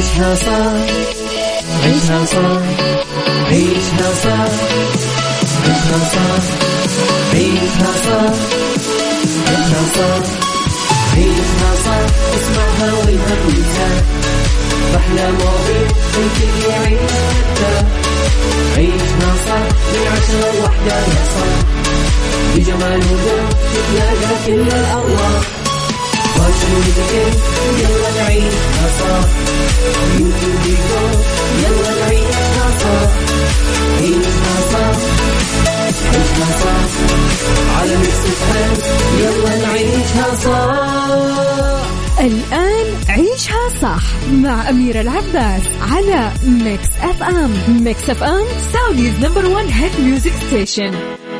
عيشها صح عيشها صح عيشها صح عيشها صح عيشها صح عيشها صح عيشها صح اسمعها والهم ينزاح أحلى مواضيع الكل يعيش مرتاح عيشها صح من 10 ل1 يا صاح بجمال وذوق تتلاقى كل الأرواح فاشل واتيكيت يلا نعيشها صح بيوتي وديكور يلا نعيشها صح عيشها صح عيشها صح على ميكس اف ام يلا نعيشها صح. الآن عيشها صح مع أميرة العباس على ميكس اف ام. ميكس اف ام سعوديز نمبر 1 هيت ميوزك ستيشن.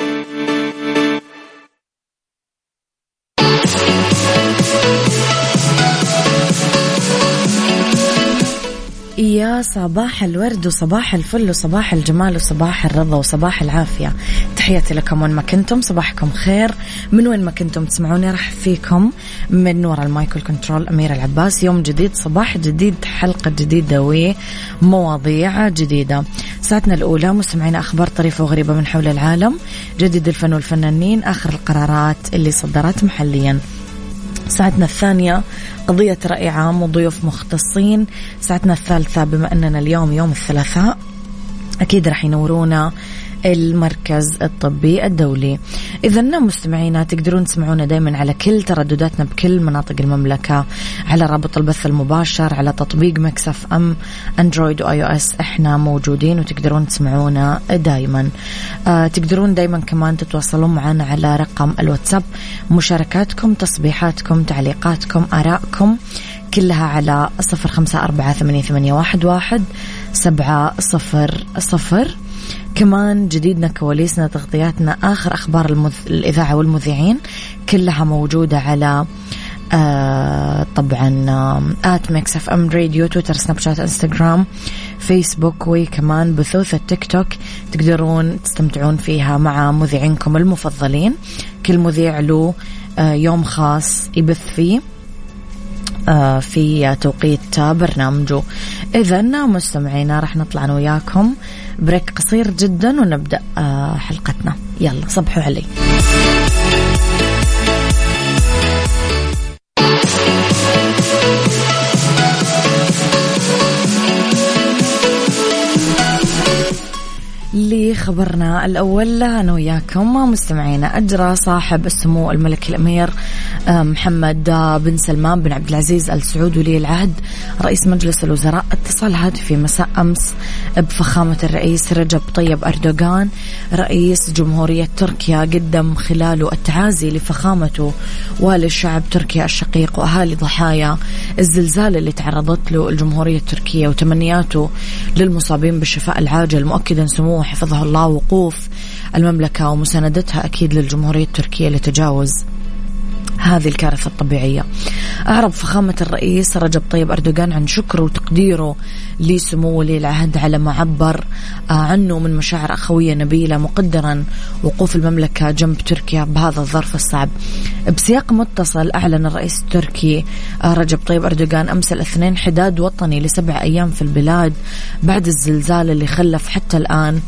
يا صباح الورد وصباح الفل وصباح الجمال وصباح الرضا وصباح العافية. تحياتي لكم وين ما كنتم، صباحكم خير من وين ما كنتم تسمعوني. رح فيكم من وراء المايك والكنترول أميرة العباس. يوم جديد، صباح جديد، حلقة جديدة ومواضيع جديدة. ساعتنا الأولى مستمعين أخبار طريفة وغريبة من حول العالم، جديد الفن والفنانين، آخر القرارات اللي صدرت محليا. ساعتنا الثانية قضية رأي عام وضيوف مختصين. ساعتنا الثالثة بما أننا اليوم يوم الثلاثاء أكيد رح ينورونا المركز الطبي الدولي. إذن مستمعينا تقدرون تسمعونا دايما على كل تردداتنا بكل مناطق المملكة، على رابط البث المباشر، على تطبيق ميكس اف ام اندرويد واي او اس. احنا موجودين وتقدرون تسمعونا دايما. تقدرون دايما كمان تتواصلون معنا على رقم الواتساب، مشاركاتكم، تصبيحاتكم، تعليقاتكم، آرائكم كلها على 0548811700. كمان جديدنا، كواليسنا، تغطياتنا، آخر أخبار الإذاعة والمذيعين كلها موجودة على طبعا @ميكس اف ام راديو، تويتر، سناب شات، انستغرام، فيسبوك، وكمان بثوث التيك توك تقدرون تستمتعون فيها مع مذيعينكم المفضلين. كل مذيع له يوم خاص يبث فيه في توقيت برنامجه. إذن مستمعينا رح نطلع أنا وياكم بريك قصير جدا ونبدأ حلقتنا. يلا صبحوا علي. لخبرنا الأول أنا وياكم مستمعينا، أجرى صاحب السمو الملك الأمير محمد بن سلمان بن عبد العزيز آل سعود ولي العهد رئيس مجلس الوزراء اتصال هاتفي مساء أمس بفخامة الرئيس رجب طيب أردوغان رئيس جمهورية تركيا، قدم خلاله التعازي لفخامته وللشعب تركيا الشقيق وأهالي ضحايا الزلزال اللي تعرضت له الجمهورية التركية، وتمنياته للمصابين بالشفاء العاجل، مؤكدا سموه حفظه الله وقوف المملكة ومساندتها أكيد للجمهورية التركية لتجاوز هذه الكارثة الطبيعية. أعرب فخامة الرئيس رجب طيب أردوغان عن شكره وتقديره لسمو ولي العهد على ما عبر عنه من مشاعر أخوية نبيلة، مقدرا وقوف المملكة جنب تركيا بهذا الظرف الصعب. بسياق متصل أعلن الرئيس التركي رجب طيب أردوغان أمس الاثنين حداد وطني ل7 أيام في البلاد بعد الزلزال اللي خلف حتى الآن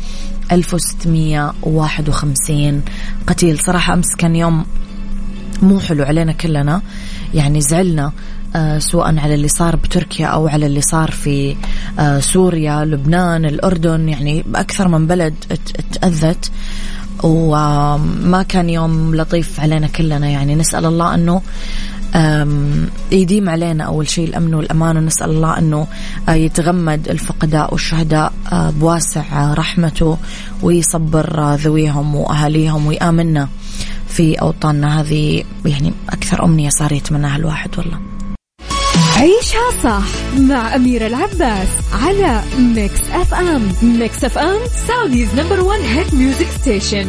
1651 قتيل. صراحة أمس كان يوم مو حلو علينا كلنا، يعني زعلنا سواء على اللي صار بتركيا أو على اللي صار في سوريا، لبنان، الأردن، يعني أكثر من بلد تأذت، وما كان يوم لطيف علينا كلنا. يعني نسأل الله أنه يديم علينا أول شيء الأمن والأمان، ونسأل الله أنه يتغمد الفقداء والشهداء بواسع رحمته ويصبر ذويهم وأهاليهم ويآمننا في أوطاننا. هذه يعني أكثر أمنية صار يتمناها الواحد والله. عيشها صح مع أميرة العباس على ميكس اف ام. ميكس اف ام سعوديز نمبر 1 هيت ميوزك ستيشن.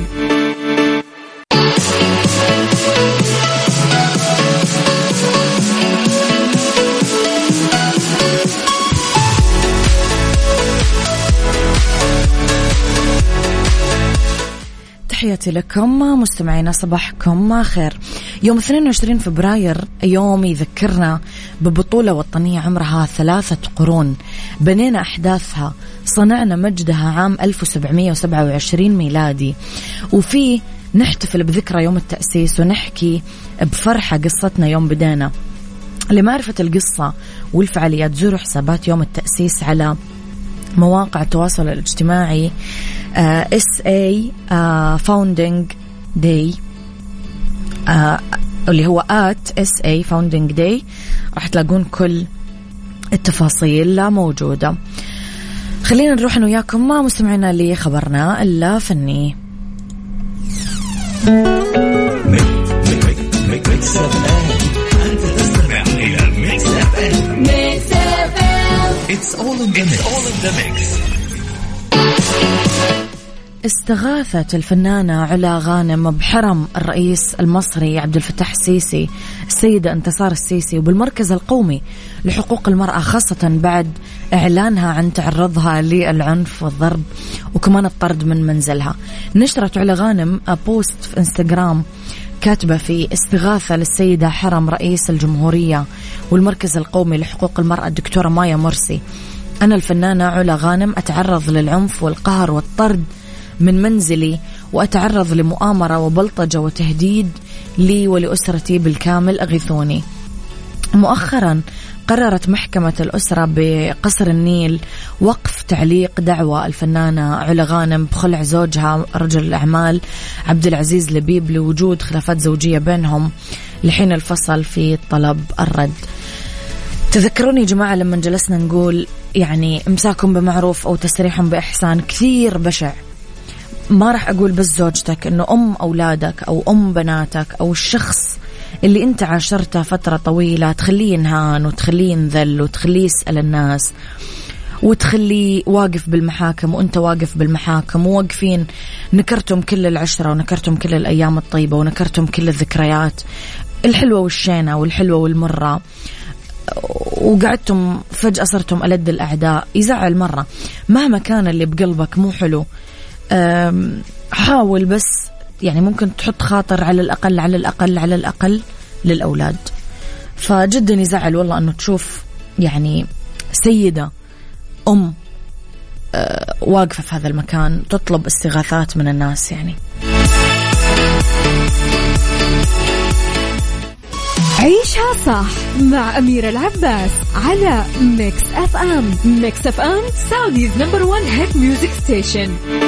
تحياتي لكم مستمعينا، صباحكم خير. يوم 22 فبراير يوم يذكرنا ببطولة وطنية عمرها 3 قرون، بنينا أحداثها، صنعنا مجدها عام 1727 ميلادي، وفيه نحتفل بذكرى يوم التأسيس ونحكي بفرحة قصتنا يوم بدينا. لمعرفة القصة والفعاليات زوروا حسابات يوم التأسيس على مواقع التواصل الاجتماعي SA Founding Day اللي هو @SA Founding Day. راح تلاقون كل التفاصيل موجودة. خلينا نروح أنا وياكم مع مستمعينا لخبرنا الفني. It's all in the mix. استغاثت الفنانة علا غانم بحرم الرئيس المصري عبد الفتاح السيسي السيدة انتصار السيسي وبالمركز القومي لحقوق المرأة، خاصة بعد إعلانها عن تعرضها للعنف والضرب وكمان الطرد من منزلها. نشرت علا غانم بوست في انستغرام كاتبة في استغاثة للسيدة حرم رئيس الجمهورية والمركز القومي لحقوق المرأة الدكتورة مايا مرسي. أنا الفنانة علا غانم أتعرض للعنف والقهر والطرد من منزلي، وأتعرض لمؤامرة وبلطجة وتهديد لي ولأسرتي بالكامل، أغيثوني. مؤخرا قررت محكمة الأسرة بقصر النيل وقف تعليق دعوى الفنانة علا غانم بخلع زوجها رجل الأعمال عبد العزيز لبيب لوجود خلافات زوجية بينهم لحين الفصل في طلب الرد. تذكروني يا جماعة لما جلسنا نقول يعني امساكم بمعروف أو تسريحهم بإحسان كثير بشع. ما راح أقول بس زوجتك، إنه أم أولادك أو أم بناتك أو الشخص اللي أنت عاشرته فترة طويلة تخليه ينهان وتخليه ينذل وتخليه يسأل الناس وتخليه واقف بالمحاكم وأنت واقف بالمحاكم وواقفين، نكرتم كل العشرة ونكرتم كل الأيام الطيبة ونكرتم كل الذكريات الحلوة والشينة والحلوة والمرة، وقعدتم فجأة صرتم ألد الأعداء. يزعل مرة مهما كان اللي بقلبك مو حلو. حاول بس يعني ممكن تحط خاطر على الأقل للأولاد. فجدا يزعل والله أنه تشوف يعني سيدة أم واقفة في هذا المكان تطلب استغاثات من الناس. يعني عيشها صح مع أميرة العباس على ميكس أف أم. ميكس أف أم سعوديز نمبر 1 هيت ميوزك ستيشن.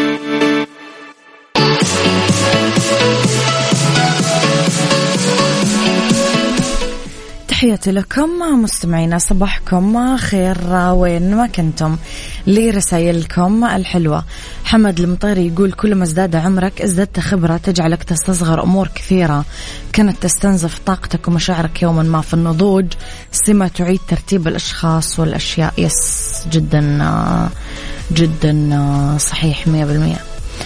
تحياتي لكم مستمعينا، صباحكم خير وين ما كنتم. لرسائلكم الحلوة. حمد المطيري يقول كل ما ازداد عمرك ازددت خبرة تجعلك تستصغر أمور كثيرة كانت تستنزف طاقتك ومشاعرك يوما ما. في النضوج سمة تعيد ترتيب الأشخاص والأشياء. يس جدا جدا صحيح 100%.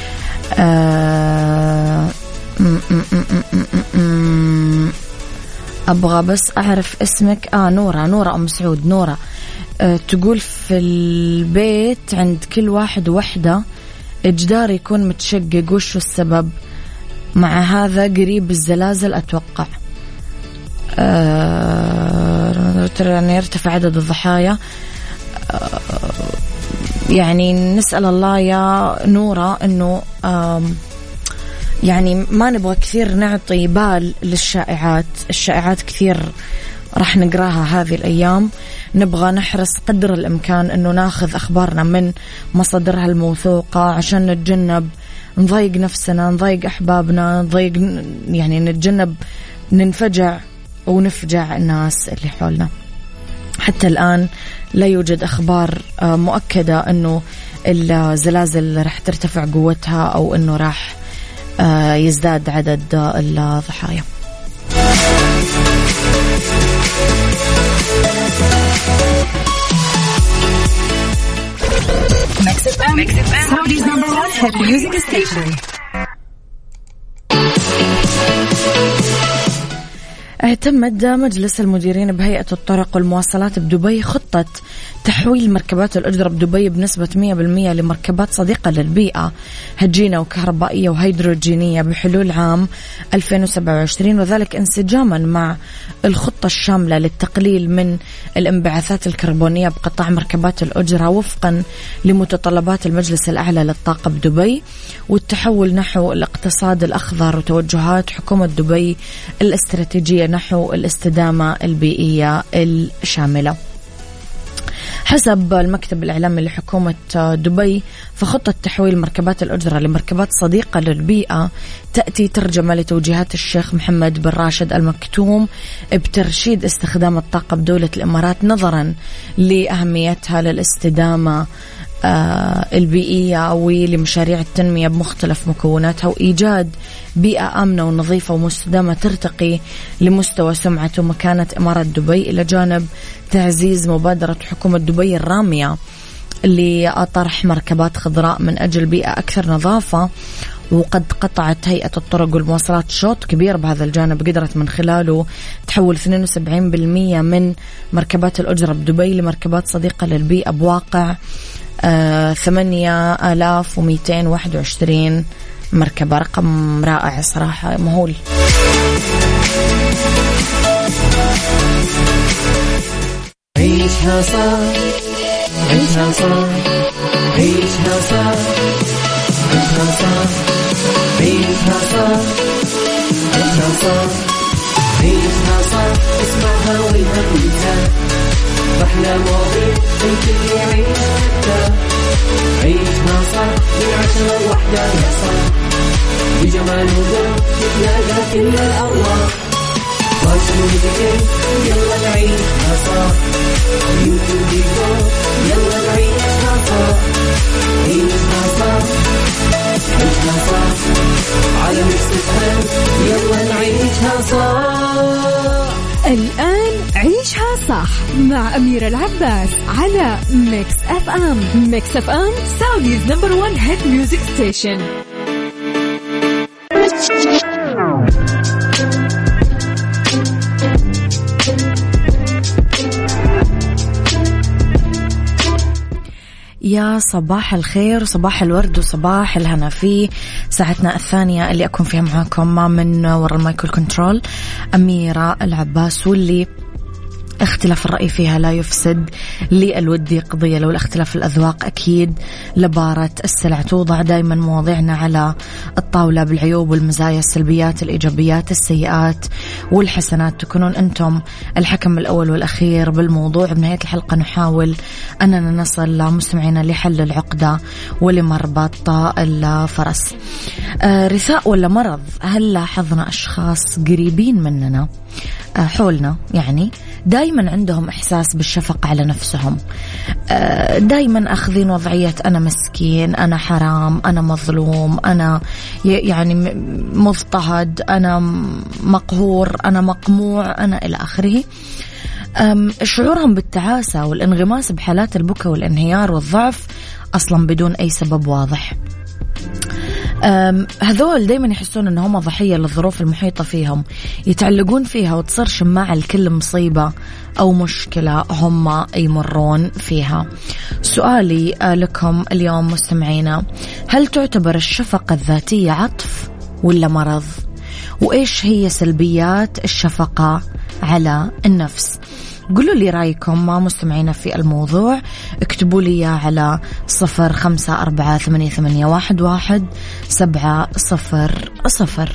أبغى بس أعرف اسمك. نورة أم سعود. نورة تقول في البيت عند كل واحد وحدة إجدار يكون متشقق، وشو السبب؟ مع هذا قريب الزلازل أتوقع. يعني يرتفع عدد الضحايا. يعني نسأل الله يا نورة أنه يعني ما نبغى كثير نعطي بال للشائعات. الشائعات كثير راح نقراها هذه الأيام. نبغى نحرص قدر الإمكان أنه ناخذ أخبارنا من مصادرها الموثوقة عشان نتجنب نضايق نفسنا، نضايق أحبابنا، نضايق يعني نتجنب ننفجع ونفجع الناس اللي حولنا. حتى الآن لا يوجد أخبار مؤكدة أنه الزلازل راح ترتفع قوتها أو أنه راح يزداد عدد الضحايا. Saudi's number 1 hit music station. اعتمد مجلس المديرين بهيئة الطرق والمواصلات بدبي خطة تحويل مركبات الأجرة بدبي بنسبة 100% لمركبات صديقة للبيئة هجينة وكهربائية وهيدروجينية بحلول عام 2027، وذلك انسجاما مع الخطة الشاملة للتقليل من الانبعاثات الكربونية بقطاع مركبات الأجرة وفقا لمتطلبات المجلس الأعلى للطاقة بدبي والتحول نحو الاقتصاد الأخضر وتوجهات حكومة دبي الاستراتيجية نحو الاستدامة البيئية الشاملة. حسب المكتب الإعلامي لحكومة دبي فخطة تحويل مركبات الأجرة لمركبات صديقة للبيئة تأتي ترجمة لتوجيهات الشيخ محمد بن راشد المكتوم بترشيد استخدام الطاقة بدولة الإمارات نظرا لأهميتها للاستدامة البيئية ولمشاريع التنمية بمختلف مكوناتها وإيجاد بيئة آمنة ونظيفة ومستدامة ترتقي لمستوى سمعة ومكانة إمارة دبي، إلى جانب تعزيز مبادرة حكومة دبي الرامية لطرح مركبات خضراء من أجل بيئة أكثر نظافة. وقد قطعت هيئة الطرق والمواصلات شوط كبير بهذا الجانب قدرت من خلاله تحول 72% من مركبات الأجرة بدبي لمركبات صديقة للبيئة بواقع 8221 مركبة. رقم رائع صراحة، مهول. عيشها صح، عيشها صح، عيشها صح، عيشها صح، عيشها صح، عيشها صح، عيشها صح، اسمعها والهم ينزاح، أحلى مواضيع الكل يعيشها، عيشها صح من 10 ل1 يا صاح، بجمال وذوق تتلاقى كل الأرواح، فاشل وذكر يلا نعيشها صح، يوتيوب ديكور يلا نعيشها صح، عيشها صح، عيشها صح، على ميكس اف ام يلا نعيشها صح. الآن عيشها صح مع أميرة العباس على ميكس اف ام. ميكس اف ام سعوديز نمبر 1 هيت ميوزك ستيشن. يا صباح الخير وصباح الورد وصباح الهنا في ساعتنا الثانية اللي أكون فيها معاكم من وراء المايكل كنترول أميرة العباس، واللي اختلاف الرأي فيها لا يفسد للودي قضية، لو الاختلاف الأذواق أكيد لبارة السلع. توضع دايما مواضيعنا على الطاولة بالعيوب والمزايا، السلبيات الإيجابيات السيئات والحسنات، تكونون أنتم الحكم الأول والأخير بالموضوع. بنهاية الحلقة نحاول أننا نصل مستمعينا لحل العقدة ولمربط الفرس. رثاء ولا مرض؟ هل لاحظنا أشخاص قريبين مننا حولنا يعني دايما عندهم إحساس بالشفقة على نفسهم، دايما أخذين وضعية أنا مسكين، أنا حرام، أنا مظلوم، أنا يعني مضطهد، أنا مقهور، أنا مقموع، أنا إلى آخره. شعورهم بالتعاسة والانغماس بحالات البكاء والانهيار والضعف أصلا بدون أي سبب واضح. هذول دايما يحسون أن هم ضحية للظروف المحيطة فيهم، يتعلقون فيها وتصير شماعة لكل مصيبة أو مشكلة هم يمرون فيها. سؤالي لكم اليوم مستمعينا، هل تعتبر الشفقة الذاتية عطف ولا مرض؟ وإيش هي سلبيات الشفقة على النفس؟ قولوا لي رأيكم ما مستمعين في الموضوع، اكتبوا لي على 0548811700.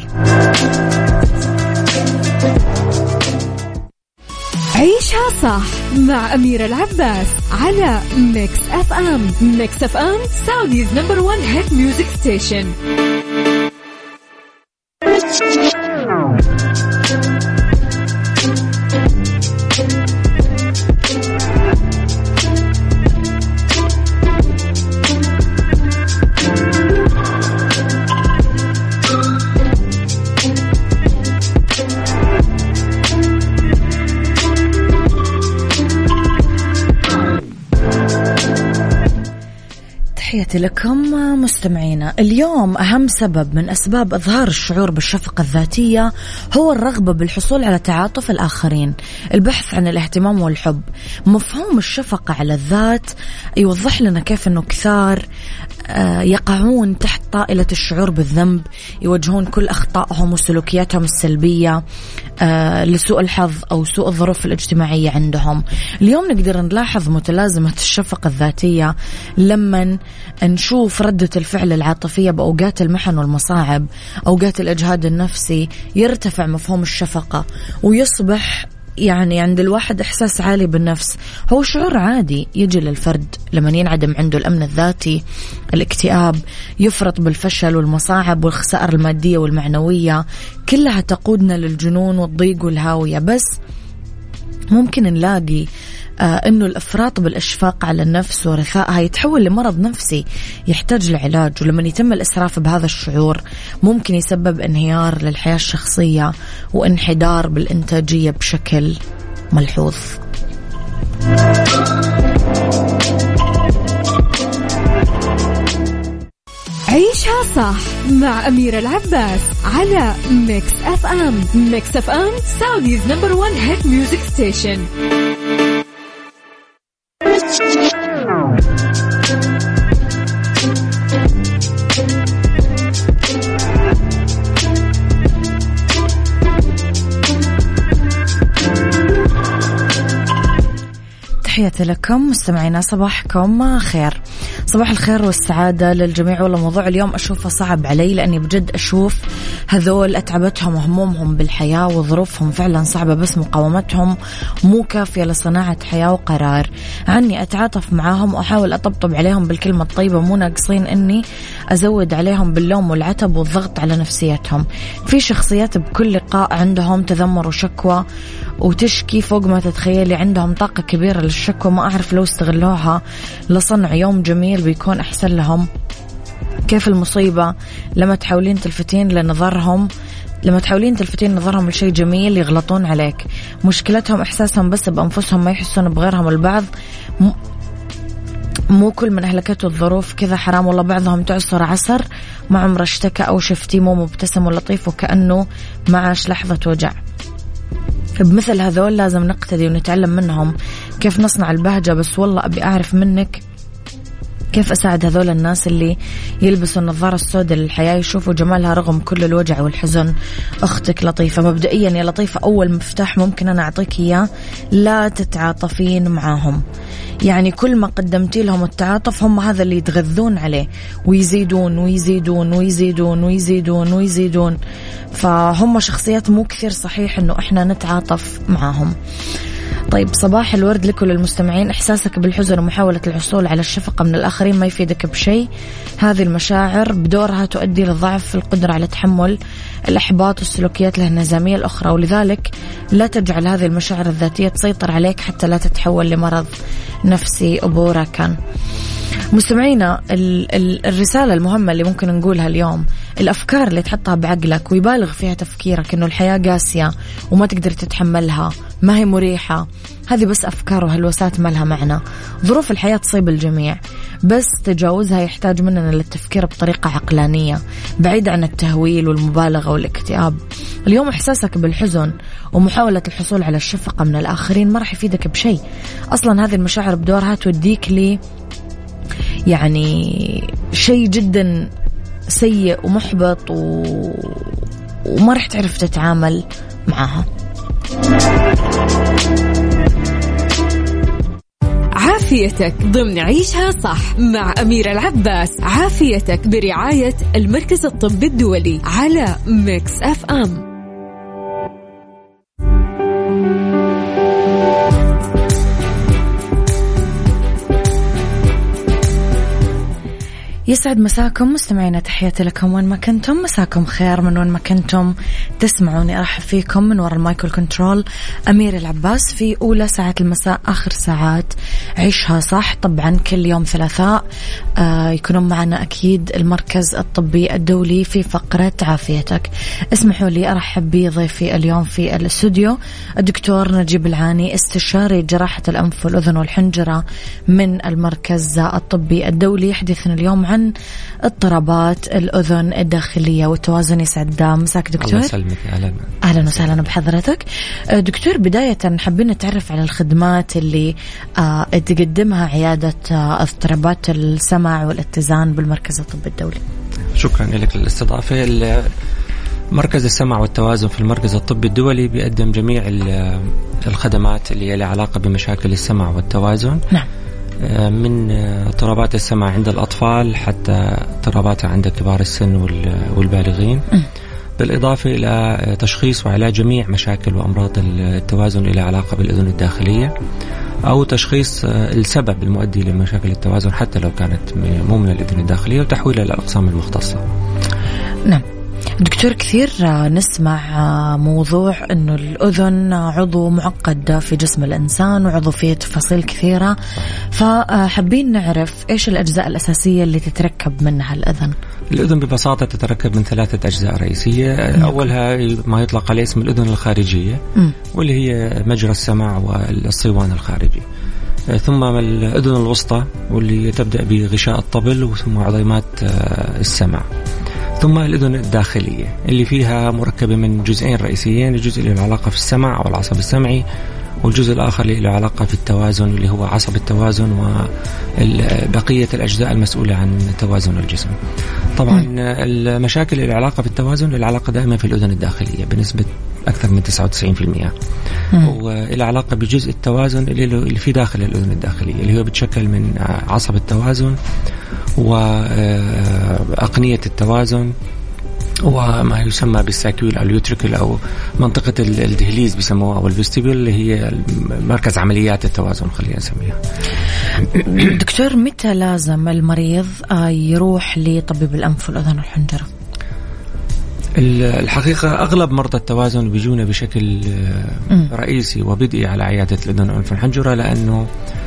عيشها صح مع أميرة العباس على ميكس اف ام. ميكس اف ام سعوديز نمبر 1 هيت ميوزك ستيشن. تحياتي لكم مستمعينا. اليوم أهم سبب من أسباب إظهار الشعور بالشفقة الذاتية هو الرغبة بالحصول على تعاطف الآخرين، البحث عن الاهتمام والحب. مفهوم الشفقة على الذات يوضح لنا كيف أنه كثار يقعون تحت طائلة الشعور بالذنب، يواجهون كل أخطائهم وسلوكياتهم السلبية لسوء الحظ أو سوء الظروف الاجتماعية عندهم. اليوم نقدر نلاحظ متلازمة الشفقة الذاتية لما نشوف ردة الفعل العاطفية بأوقات المحن والمصاعب، أوقات الإجهاد النفسي، يرتفع مفهوم الشفقة ويصبح يعني عند الواحد إحساس عالي بالنفس. هو شعور عادي يجي للفرد لما ينعدم عنده الأمن الذاتي. الاكتئاب يفرط بالفشل والمصاعب والخسائر المادية والمعنوية، كلها تقودنا للجنون والضيق والهاوية. بس ممكن نلاقي أنه الإفراط بالإشفاق على النفس ورثائها يتحول لمرض نفسي يحتاج لعلاج. ولما يتم الإسراف بهذا الشعور ممكن يسبب انهيار للحياة الشخصية وانحدار بالإنتاجية بشكل ملحوظ. عيشها صح مع أميرة العباس على ميكس أف أم. ميكس أف أم سعوديز نمبر 1 هيت ميوزك ستيشن. تحياتي لكم مستمعينا، صباحكم خير، صباح الخير والسعادة للجميع. والله موضوع اليوم أشوفه صعب علي، لأني بجد أشوف هذول أتعبتهم وهمومهم بالحياة وظروفهم فعلا صعبة، بس مقاومتهم مو كافية لصناعة حياة وقرار. عني أتعاطف معاهم وأحاول أطبطب عليهم بالكلمة الطيبة، مو ناقصين أني أزود عليهم باللوم والعتب والضغط على نفسيتهم. في شخصيات بكل لقاء عندهم تذمر وشكوى وتشكي فوق ما تتخيلي، عندهم طاقة كبيرة للشكوى، ما أعرف لو استغلوها لصنع يوم جميل بيكون أحسن لهم. كيف المصيبة لما تحاولين تلفتين نظرهم لشيء جميل يغلطون عليك. مشكلتهم إحساسهم بس بأنفسهم، ما يحسون بغيرهم. البعض مو كل من أهلكته الظروف كذا حرام، والله بعضهم تعصر عصر ما عمره اشتكى أو شفتيه مو مبتسم ولطيف وكأنه ما عاش لحظة وجع. بمثل هذول لازم نقتدي ونتعلم منهم كيف نصنع البهجة. بس والله أبي أعرف منك كيف أساعد هذول الناس اللي يلبسوا النظارة السوداء للحياة، يشوفوا جمالها رغم كل الوجع والحزن. أختك لطيفة. مبدئيا يا لطيفة، أول مفتاح ممكن أنا أعطيك إياه، لا تتعاطفين معاهم. يعني كل ما قدمتي لهم التعاطف هم هذا اللي يتغذون عليه ويزيدون ويزيدون ويزيدون ويزيدون ويزيدون. فهم شخصيات مو كثير صحيح إنه إحنا نتعاطف معاهم. طيب، صباح الورد لكل المستمعين. إحساسك بالحزن ومحاولة الحصول على الشفقة من الآخرين ما يفيدك بشيء. هذه المشاعر بدورها تؤدي للضعف في القدرة على تحمل الإحباط والسلوكيات الانهزامية الأخرى، ولذلك لا تجعل هذه المشاعر الذاتية تسيطر عليك حتى لا تتحول لمرض نفسي أبورا. كان مستمعينا، الرسالة المهمة اللي ممكن نقولها اليوم، الأفكار اللي تحطها بعقلك ويبالغ فيها تفكيرك إنه الحياة قاسية وما تقدر تتحملها، ما هي مريحة، هذه بس أفكار وهلوسات ما لها معنى. ظروف الحياة تصيب الجميع، بس تجاوزها يحتاج مننا للتفكير بطريقة عقلانية بعيد عن التهويل والمبالغة والاكتئاب. اليوم إحساسك بالحزن ومحاولة الحصول على الشفقة من الآخرين ما راح يفيدك بشيء. أصلا هذه المشاعر بدورها توديك لي يعني شيء جدا سيء ومحبط وما رح تعرف تتعامل معها. عافيتك ضمن عيشها صح مع أميرة العباس. عافيتك برعاية المركز الطبي الدولي على ميكس أف أم. يسعد مساكم مستمعينا، تحياتي لكم وين ما كنتم، مساكم خير من وين ما كنتم تسمعوني. أرحب فيكم من وراء المايكل كنترول أمير العباس في أولى ساعات المساء، آخر ساعات عيشها صح. طبعا كل يوم ثلاثاء يكونون معنا أكيد المركز الطبي الدولي في فقرة عافيتك. اسمحوا لي أرحب بضيفي اليوم في الاستوديو الدكتور نجيب العاني، استشاري جراحة الأنف والأذن والحنجرة من المركز الطبي الدولي. يحدثنا اليوم عن اضطرابات الأذن الداخلية والتوازن. يسعد مساك دكتور. الله يسلمك. أهلا وسهلا بحضرتك دكتور. بداية حابين نتعرف على الخدمات اللي تقدمها عيادة اضطرابات السمع والاتزان بالمركز الطبي الدولي. شكرا لك للاستضافة. مركز السمع والتوازن في المركز الطبي الدولي بيقدم جميع الخدمات اللي لها علاقة بمشاكل السمع والتوازن. نعم. من اضطرابات السمع عند الأطفال حتى اضطراباتها عند كبار السن والبالغين، بالإضافة إلى تشخيص وعلاج جميع مشاكل وأمراض التوازن اللي علاقة بالأذن الداخلية، أو تشخيص السبب المؤدي لمشاكل التوازن حتى لو كانت مو من الأذن الداخلية، وتحويلها للأقسام المختصة. نعم دكتور، كثير نسمع موضوع أنه الأذن عضو معقد في جسم الإنسان وعضو فيه تفاصيل كثيرة، فحابين نعرف إيش الأجزاء الأساسية اللي تتركب منها الأذن. الأذن ببساطة تتركب من 3 أجزاء رئيسية. أولها ما يطلق عليه اسم الأذن الخارجية، واللي هي مجرى السمع والصيوان الخارجي. ثم الأذن الوسطى واللي تبدأ بغشاء الطبل، وثم عظيمات السمع. ثم الأذن الداخلية اللي فيها مركبة من جزئين رئيسيين، الجزء اللي له علاقة في السمع أو العصب السمعي، والجزء الآخر اللي له علاقة في التوازن اللي هو عصب التوازن وبقية الأجزاء المسؤولة عن توازن الجسم. طبعا المشاكل اللي علاقة بالتوازن العلاقة دائما في الأذن الداخلية بنسبة أكثر من 99%، والى علاقة بجزء التوازن اللي في داخل الأذن الداخلية، اللي هو بتشكل من عصب التوازن وأقنية التوازن وما يسمى بالساكيول أو اليوتريكل أو منطقة الدهليز بيسموها، أو الفيستيبول اللي هي مركز عمليات التوازن خلينا نسميها. دكتور، متى لازم المريض يروح لطبيب الأنف والأذن والحنجرة؟ الحقيقة أغلب مرضى التوازن بيجونا بشكل رئيسي وبدئي على عيادة الأذن والأنف والحنجرة، لأنه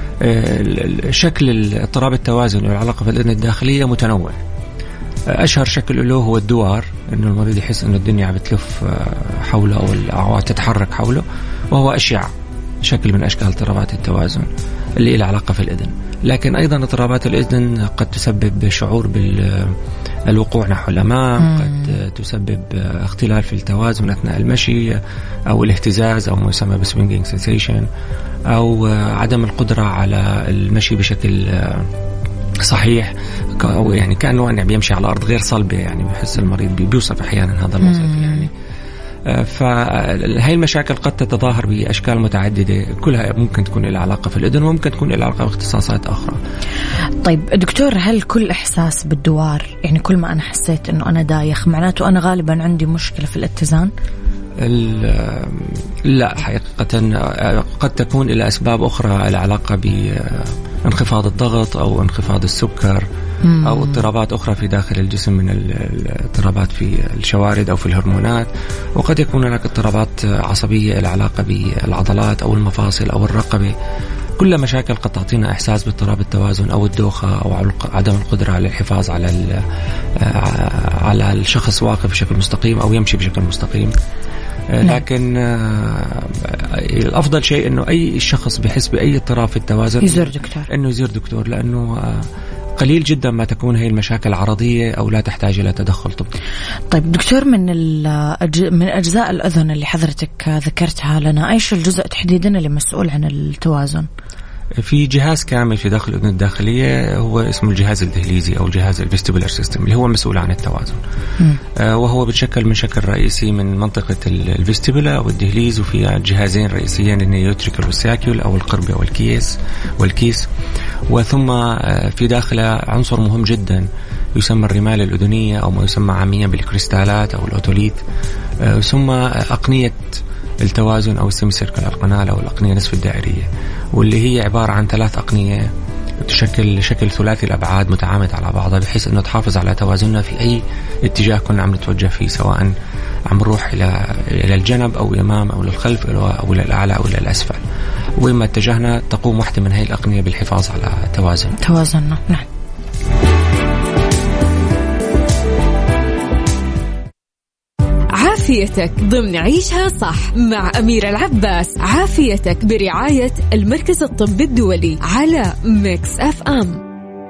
شكل اضطراب التوازن والعلاقة بالأذن الداخلية متنوع. أشهر شكل له هو الدوار، إنه المريض يحس إنه الدنيا بتلف حوله أو الأعواض تتحرك حوله، وهو أشعة شكل من أشكال اضطرابات التوازن اللي له علاقة في الأذن. لكن أيضا اضطرابات الأذن قد تسبب شعور بالوقوع نحو الأمام، قد تسبب اختلال في التوازن أثناء المشي أو الاهتزاز أو ما يسمى بسوينجينج سنسيشن، أو عدم القدرة على المشي بشكل صحيح، أو يعني كأنه أنه بيمشي على أرض غير صلبة، يعني بيحس المريض بيوصف أحيانا هذا الوصف يعني. فهي المشاكل قد تتظاهر بأشكال متعددة، كلها ممكن تكون لها علاقة في الأذن وممكن تكون لها علاقة باختصاصات أخرى. طيب دكتور، هل كل إحساس بالدوار، يعني كل ما أنا حسيت أنه أنا دايخ، معناته أنا غالبا عندي مشكلة في الاتزان؟ لا حقيقة قد تكون إلى أسباب أخرى العلاقة بانخفاض الضغط أو انخفاض السكر أو اضطرابات أخرى في داخل الجسم من الاضطرابات في الشوارد أو في الهرمونات، وقد يكون هناك اضطرابات عصبية العلاقة بالعضلات أو المفاصل أو الرقبة. كل مشاكل قد تعطينا إحساس باضطراب التوازن أو الدوخة أو عدم القدرة على الحفاظ على الشخص واقف بشكل مستقيم أو يمشي بشكل مستقيم. لكن الأفضل شيء إنه أي شخص بيحس بأي اضطراب في التوازن يزور دكتور، لأنه قليل جدا ما تكون هي المشاكل عرضية أو لا تحتاج إلى تدخل طبي. طيب دكتور، من أجزاء الأذن اللي حضرتك ذكرتها لنا، إيش الجزء تحديدا اللي مسؤول عن التوازن؟ في جهاز كامل في داخل الأذن الداخلية هو اسمه الجهاز الدهليزي أو الجهاز الفيستيبولار سيستم، اللي هو مسؤول عن التوازن. وهو بتشكل من شكل رئيسي من منطقة الفيستيبولا أو الدهليز، وفيها جهازين رئيسيين، النيوتريكال والساكيول أو القربة والكيس. وثم في داخله عنصر مهم جدا يسمى الرمال الأذنية أو ما يسمى عاميا بالكريستالات أو الأوتوليت. ثم أقنية التوازن أو السيمي سيركلر قناة أو الأقنية نصف الدائرية، واللي هي عبارة عن 3 أقنية تشكل شكل ثلاثي الأبعاد متعامد على بعضها، بحيث أنه تحافظ على توازننا في أي اتجاه كنا عم نتوجه فيه، سواء عم نروح إلى الجنب أو الأمام أو للخلف أو إلى الأعلى أو إلى الأسفل. وإما اتجهنا تقوم واحدة من هذه الأقنية بالحفاظ على توازننا. نعم. عافيتك ضمن عيشها صح مع أميرة العباس. عافيتك برعاية المركز الطبي الدولي على ميكس اف ام.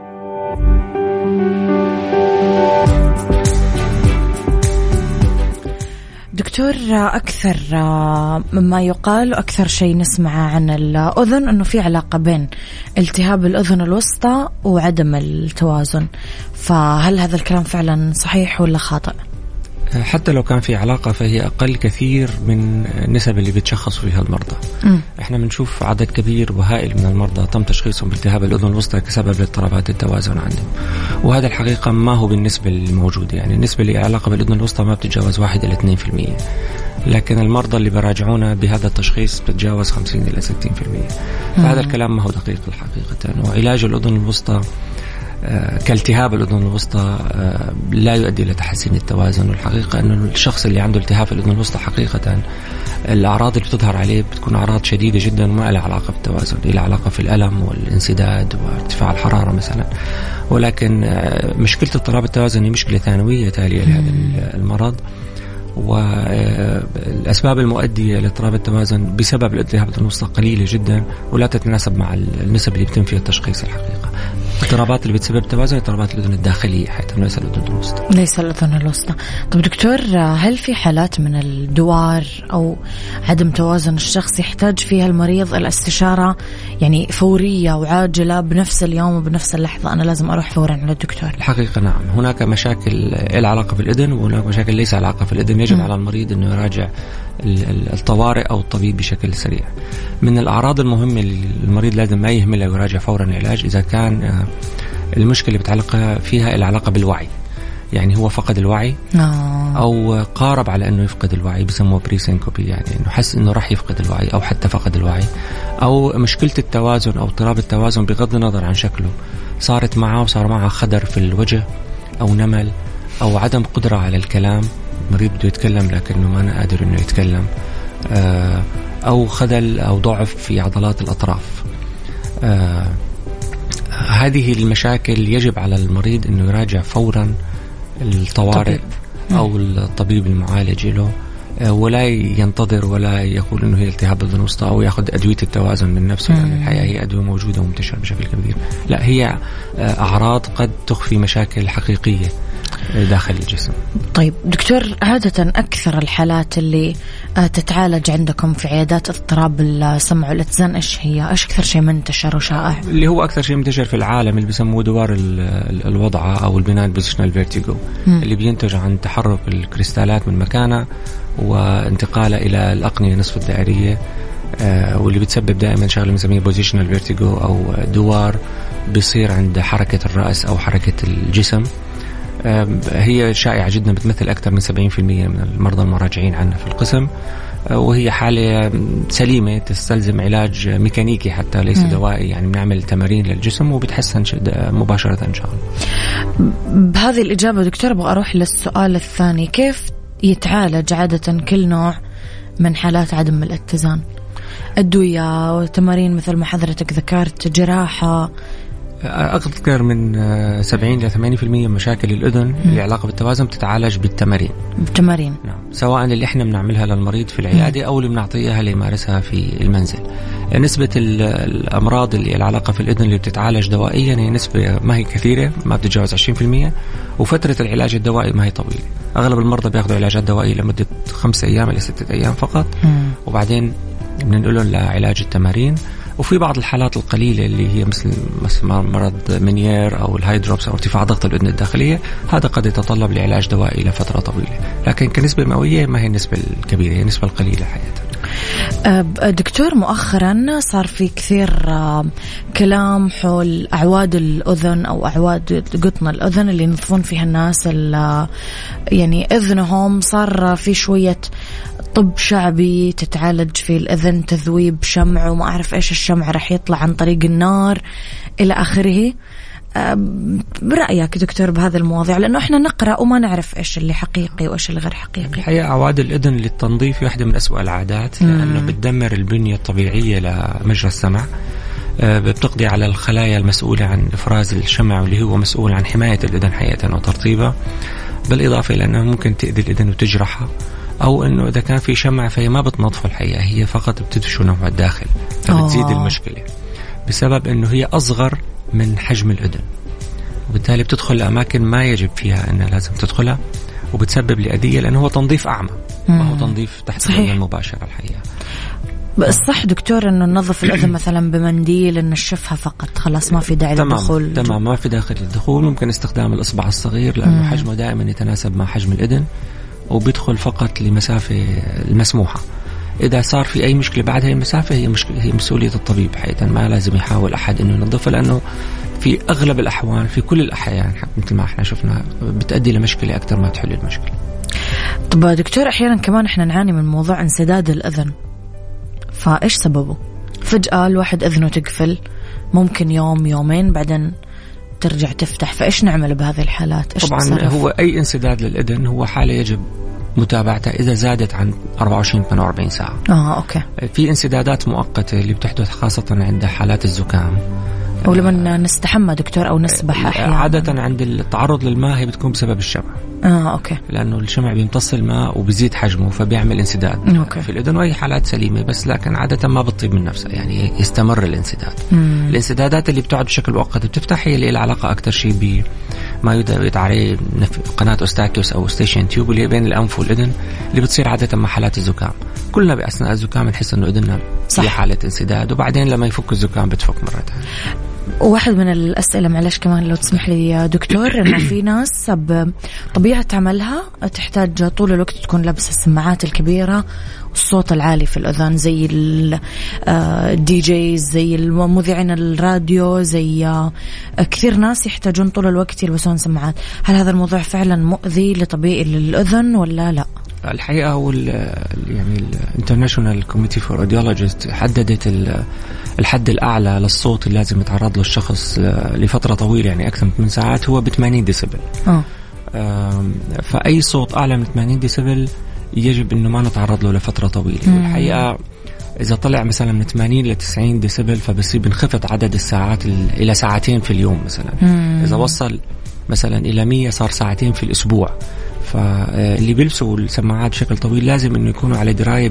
دكتور، أكثر مما يقال وأكثر شيء نسمع عن الأذن أنه في علاقة بين التهاب الأذن الوسطى وعدم التوازن، فهل هذا الكلام فعلا صحيح ولا خاطئ؟ حتى لو كان في علاقة فهي أقل كثير من النسب اللي بتشخصوا فيها المرضى. احنا بنشوف عدد كبير وهائل من المرضى تم تشخيصهم بالتهاب الأذن الوسطى كسبب لاضطرابات التوازن عندهم، وهذا الحقيقة ما هو بالنسبة الموجودة. يعني النسبة اللي علاقة بالأذن الوسطى ما بتتجاوز 1 إلى 2%، لكن المرضى اللي براجعونا بهذا التشخيص بتتجاوز 50 إلى 60%. فهذا الكلام ما هو دقيق الحقيقة. وعلاج الأذن الوسطى كالتهاب الأذن الوسطى لا يؤدي إلى تحسين التوازن. والحقيقة أنه الشخص اللي عنده التهاب الأذن الوسطى حقيقة الأعراض اللي بتظهر عليه بتكون أعراض شديدة جدا وما لها علاقة بالتوازن، لها علاقة في الألم والانسداد وارتفاع الحرارة مثلا. ولكن مشكلة اضطراب التوازن هي مشكلة ثانوية تالية لهذا المرض، والأسباب المؤدية لاضطراب التوازن بسبب الالتهاب الأذن الوسطى قليلة جدا ولا تتناسب مع النسب اللي بيتم فيها التشخيص. الحقيقة اضطرابات اللي بتسبب التوازن اضطرابات الأذن الداخلية حيث ليس الأذن الوسطى. ليس الأذن الوسطى. طب دكتور، هل في حالات من الدوار أو عدم توازن الشخص يحتاج فيها المريض الاستشارة يعني فورية وعاجلة بنفس اليوم وبنفس اللحظة؟ أنا لازم أروح فورا على الدكتور. الحقيقة نعم، هناك مشاكل العلاقة بالأذن وهناك مشاكل ليس علاقة في الأذن. يجب على المريض أنه يراجع الطوارئ أو الطبيب بشكل سريع. من الأعراض المهمة اللي المريض لازم ما يهملها ويراجع فورا العلاج إذا كان المشكلة بتعلق فيها العلاقة بالوعي، يعني هو فقد الوعي أو قارب على أنه يفقد الوعي، بسموه بريسينكوبي، يعني أنه حس أنه راح يفقد الوعي أو حتى فقد الوعي، أو مشكلة التوازن أو اضطراب التوازن بغض النظر عن شكله صارت معه وصار معه خدر في الوجه أو نمل أو عدم قدرة على الكلام، المريض بده يتكلم لكنه ما قادر أنه يتكلم، أو خلل أو ضعف في عضلات الأطراف. هذه المشاكل يجب على المريض أنه يراجع فورا الطوارئ أو الطبيب المعالج له، ولا ينتظر ولا يقول أنه هي التهاب الأذن الوسطى أو يأخذ أدوية التوازن من نفسه، لأن الحقيقة هي أدوية موجودة ومنتشرة بشكل كبير. لا، هي أعراض قد تخفي مشاكل حقيقية داخل الجسم. طيب دكتور، عادة أكثر الحالات اللي تتعالج عندكم في عيادات اضطراب السمع والاتزان إيش هي؟ إيش أكثر شيء منتشر وشائع؟ اللي هو أكثر شيء منتشر في العالم اللي بيسموه دوار الوضعة أو البناين بوزيشنال فيرتيجو، اللي بينتج عن تحرك الكريستالات من مكانها وانتقالها إلى الأقنية نصف الدائرية، واللي بتسبب دائما شغله بنسميه بوزيشنال فيرتيجو أو دوار بيصير عند حركة الرأس أو حركة الجسم. هي شائعة جدا، بتمثل أكثر من 70% من المرضى المراجعين عنا في القسم، وهي حالة سليمة تستلزم علاج ميكانيكي حتى ليس دوائي، يعني بنعمل تمارين للجسم وبتحسن مباشرة إن شاء الله. بهذه الإجابة دكتور أبغى أروح للسؤال الثاني، كيف يتعالج عادة كل نوع من حالات عدم الاتزان؟ أدوية وتمارين مثل ما حضرتك ذكرت، جراحة؟ أكثر من 70 إلى 80% من مشاكل الأذن اللي علاقة بالتوازن بتتعالج بالتمارين. نعم. سواء اللي احنا بنعملها للمريض في العيادة أو اللي بنعطيها ليمارسها في المنزل. نسبة الأمراض اللي العلاقة في الأذن اللي بتتعالج دوائيا هي نسبة ما هي كثيرة، ما بتتجاوز 20%، وفترة العلاج الدوائي ما هي طويلة. أغلب المرضى بياخذوا علاجات دوائية لمدة 5 أيام إلى 6 أيام فقط، وبعدين بننقلهم لعلاج التمارين. وفي بعض الحالات القليلة اللي هي مثل مرض منيير أو الهايدروبس أو ارتفاع ضغط الأذن الداخلية، هذا قد يتطلب لعلاج دوائي لفترة طويلة، لكن كنسبة مئوية ما هي النسبة الكبيرة، هي النسبة القليلة حقيقة. دكتور، مؤخرا صار في كثير كلام حول أعواد الأذن أو أعواد قطن الأذن اللي ينظفون فيها الناس يعني أذنهم، صار في شوية طب شعبي تتعالج في الأذن، تذويب شمع وما أعرف إيش الشمع راح يطلع عن طريق النار إلى آخره. برأيك دكتور بهذا المواضيع، لأنه إحنا نقرأ وما نعرف إيش اللي حقيقي وإيش اللي غير حقيقي. الحقيقة أعواد الأذن للتنظيف واحدة من أسوأ العادات، لأنه بتدمر البنية الطبيعية لمجرى السمع، بتقضي على الخلايا المسؤولة عن إفراز الشمع واللي هو مسؤول عن حماية الأذن حقيقة وترطيبها، بالإضافة إلى أنه ممكن تأذي الأذن وتجرحها، أو أنه إذا كان في شمع فهي ما بتنظف الحقيقة، هي فقط بتدشنه على الداخل، فبتزيد المشكلة بسبب أنه هي أصغر من حجم الأذن، وبالتالي بتدخل لأماكن ما يجب فيها أنها لازم تدخلها، وبتسبب لأذية، لأنه هو تنظيف أعمى، ما هو تنظيف تحت الرؤية المباشرة الحقيقة. بس صح دكتور إنه ننظف الأذن مثلا بمنديل نشفها فقط، خلاص ما في داعي للدخول. تمام، ما في داخل الدخول. ممكن استخدام الإصبع الصغير لأنه حجمه دائما يتناسب مع حجم الأذن، وبيدخل فقط لمسافة المسموحة. إذا صار في أي مشكلة بعد هاي المسافة هي مسؤولية الطبيب حقيقة، ما لازم يحاول أحد إنه ينظفها، لأنه في أغلب الأحوال في كل الأحيان مثل ما احنا شفنا بتؤدي لمشكلة أكثر ما تحل المشكلة. طب دكتور أحيانا كمان احنا نعاني من موضوع انسداد الأذن، فإيش سببه؟ فجأة الواحد أذنه تقفل، ممكن يوم يومين بعدين ترجع تفتح، فإيش نعمل بهذه الحالات؟ إيش طبعا تصرف؟ هو أي انسداد للأذن هو حالة يجب متابعتها إذا زادت عن 24-48 ساعة. أوكي. في انسدادات مؤقتة اللي بتحدث خاصة عند حالات الزكام، ولما نستحمى دكتور أو نسبح أحيانا. عادة عند التعرض للماء هي بتكون بسبب الشمع. أوكي. لأنه الشمع بيمتص الماء وبيزيد حجمه فبيعمل انسداد. أوكي. في الأذن، وهي حالات سليمة بس لكن عادة ما بتطيب من نفسها، يعني يستمر الانسداد. الانسدادات اللي بتقعد بشكل مؤقت بتفتح هي اللي لها علاقة أكتر شيء بما يدعى عليه قناة أوستاكيوس أو ستيشن تيوب اللي بين الأنف والأذن، اللي بتصير عادة مع حالات الزكام. كلنا بأثناء الزكام نحس إنه أذننا في حالة انسداد، وبعدين لما يفك الزكام بتفك مرة ثانية. واحد من الأسئلة معلش كمان لو تسمح لي يا دكتور، إنه في ناس بطبيعة عملها تحتاج طول الوقت تكون لابسة السماعات الكبيرة والصوت العالي في الأذن، زي الدي جيز، زي المذيعين الراديو، زي كثير ناس يحتاجون طول الوقت يلبسون سماعات. هل هذا الموضوع فعلا مؤذي لطبيعي للأذن ولا لا؟ الحقيقة هو يعني الانترناشونال كوميتي فور راديولوجيست حددت الحد الأعلى للصوت اللي لازم يتعرض له الشخص لفترة طويلة، يعني أكثر من 8 ساعات، هو ب80 ديسبل. فأي صوت أعلى من 80 ديسبل يجب إنه ما نتعرض له لفترة طويلة. والحقيقة إذا طلع مثلا من 80 ل 90 ديسبل فبصير بنخفض عدد الساعات إلى ساعتين في اليوم مثلا. إذا وصل مثلا إلى 100 صار ساعتين في الأسبوع. فاللي بيلبسوا السماعات بشكل طويل لازم إنه يكونوا على دراية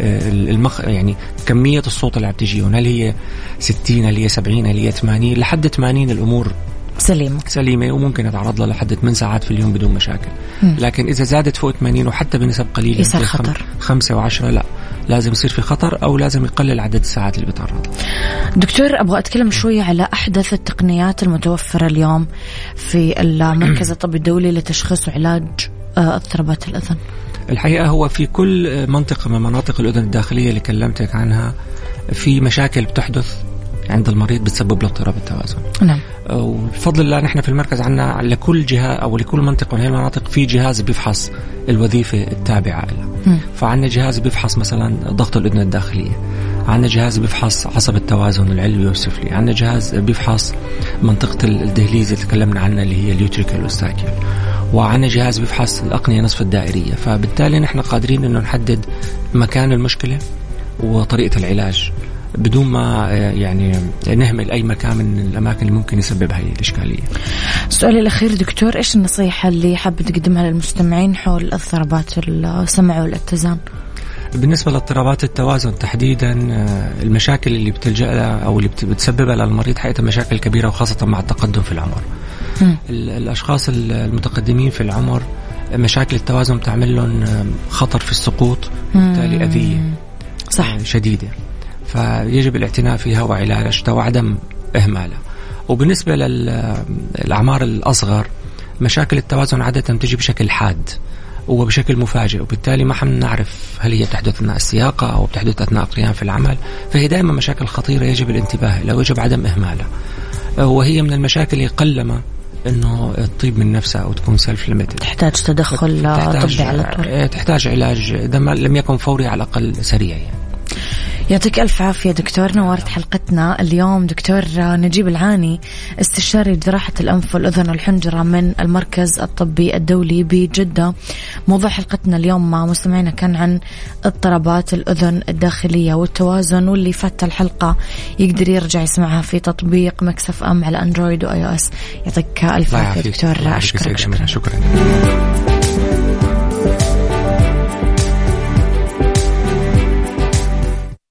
يعني كمية الصوت اللي عم تجيهم، هل هي 60 هل هي 70 هل هي 80. لحد 80 الأمور سليمة وممكن يتعرض لها لحد 8 ساعات في اليوم بدون مشاكل. لكن إذا زادت فوق 80 وحتى بنسب قليلة يصير خطر 5 و10 لا، لازم يصير في خطر أو لازم يقلل عدد الساعات اللي بتعرض. دكتور أبغى أتكلم شوية على أحدث التقنيات المتوفرة اليوم في المركز الطبي الدولي لتشخيص وعلاج اضطرابات الأذن. الحقيقة هو في كل منطقة من مناطق الأذن الداخلية اللي كلمتك عنها في مشاكل بتحدث عند المريض بتسبب له اضطراب التوازن. نعم. وبفضل الله نحن في المركز عنا لكل جهة أو لكل منطقة من هذه المناطق في جهاز بيفحص الوظيفة التابعة لها. فعنا جهاز بيفحص مثلا ضغط الأذن الداخلية، عنا جهاز بيفحص عصب التوازن العلوي والسفلي، عنا جهاز بيفحص منطقة الدهليز اللي تكلمنا عنها اللي هي اليوتريكال والستاكيول، وعنا جهاز بيفحص الأقنية نصف الدائرية. فبالتالي نحن قادرين إنه نحدد مكان المشكلة وطريقة العلاج بدون ما يعني نهمل أي مكان من الأماكن اللي ممكن يسبب هذه الإشكالية. السؤال الأخير دكتور، إيش النصيحة اللي حابة تقدمها للمستمعين حول اضطرابات السمع والاتزان؟ بالنسبة لاضطرابات التوازن تحديدا، المشاكل اللي بتلجأ لها أو اللي بتسببها للمريض حقيقة مشاكل كبيرة، وخاصة مع التقدم في العمر. الأشخاص المتقدمين في العمر مشاكل التوازن بتعمل لهم خطر في السقوط، بالتالي أذية شديدة، فيجب الاعتناء فيها وعلاجها وعدم إهمالها. وبالنسبة للأعمار الأصغر مشاكل التوازن عادة تجي بشكل حاد وبشكل مفاجئ، وبالتالي ما حنعرف هل هي بتحدث أثناء السياقة أو بتحدث أثناء القيام في العمل، فهي دائما مشاكل خطيرة يجب الانتباه لها ويجب عدم إهمالها. وهي من المشاكل اللي قلما إنه تطيب من نفسها أو تكون سيلف ليميتد، تحتاج تدخل طبي على طول، تحتاج علاج إذا ما لم يكن فوري على الأقل سريع يعني. يعطيك ألف عافية دكتور. نورت حلقتنا اليوم دكتور نجيب العاني، استشاري جراحة الأنف والأذن والحنجرة من المركز الطبي الدولي بجدة. موضوع حلقتنا اليوم مع مستمعينا كان عن اضطرابات الأذن الداخلية والتوازن، واللي فات الحلقة يقدر يرجع يسمعها في تطبيق مكس اف ام على اندرويد واي او اس. يعطيك ألف عافية دكتور. شكرا.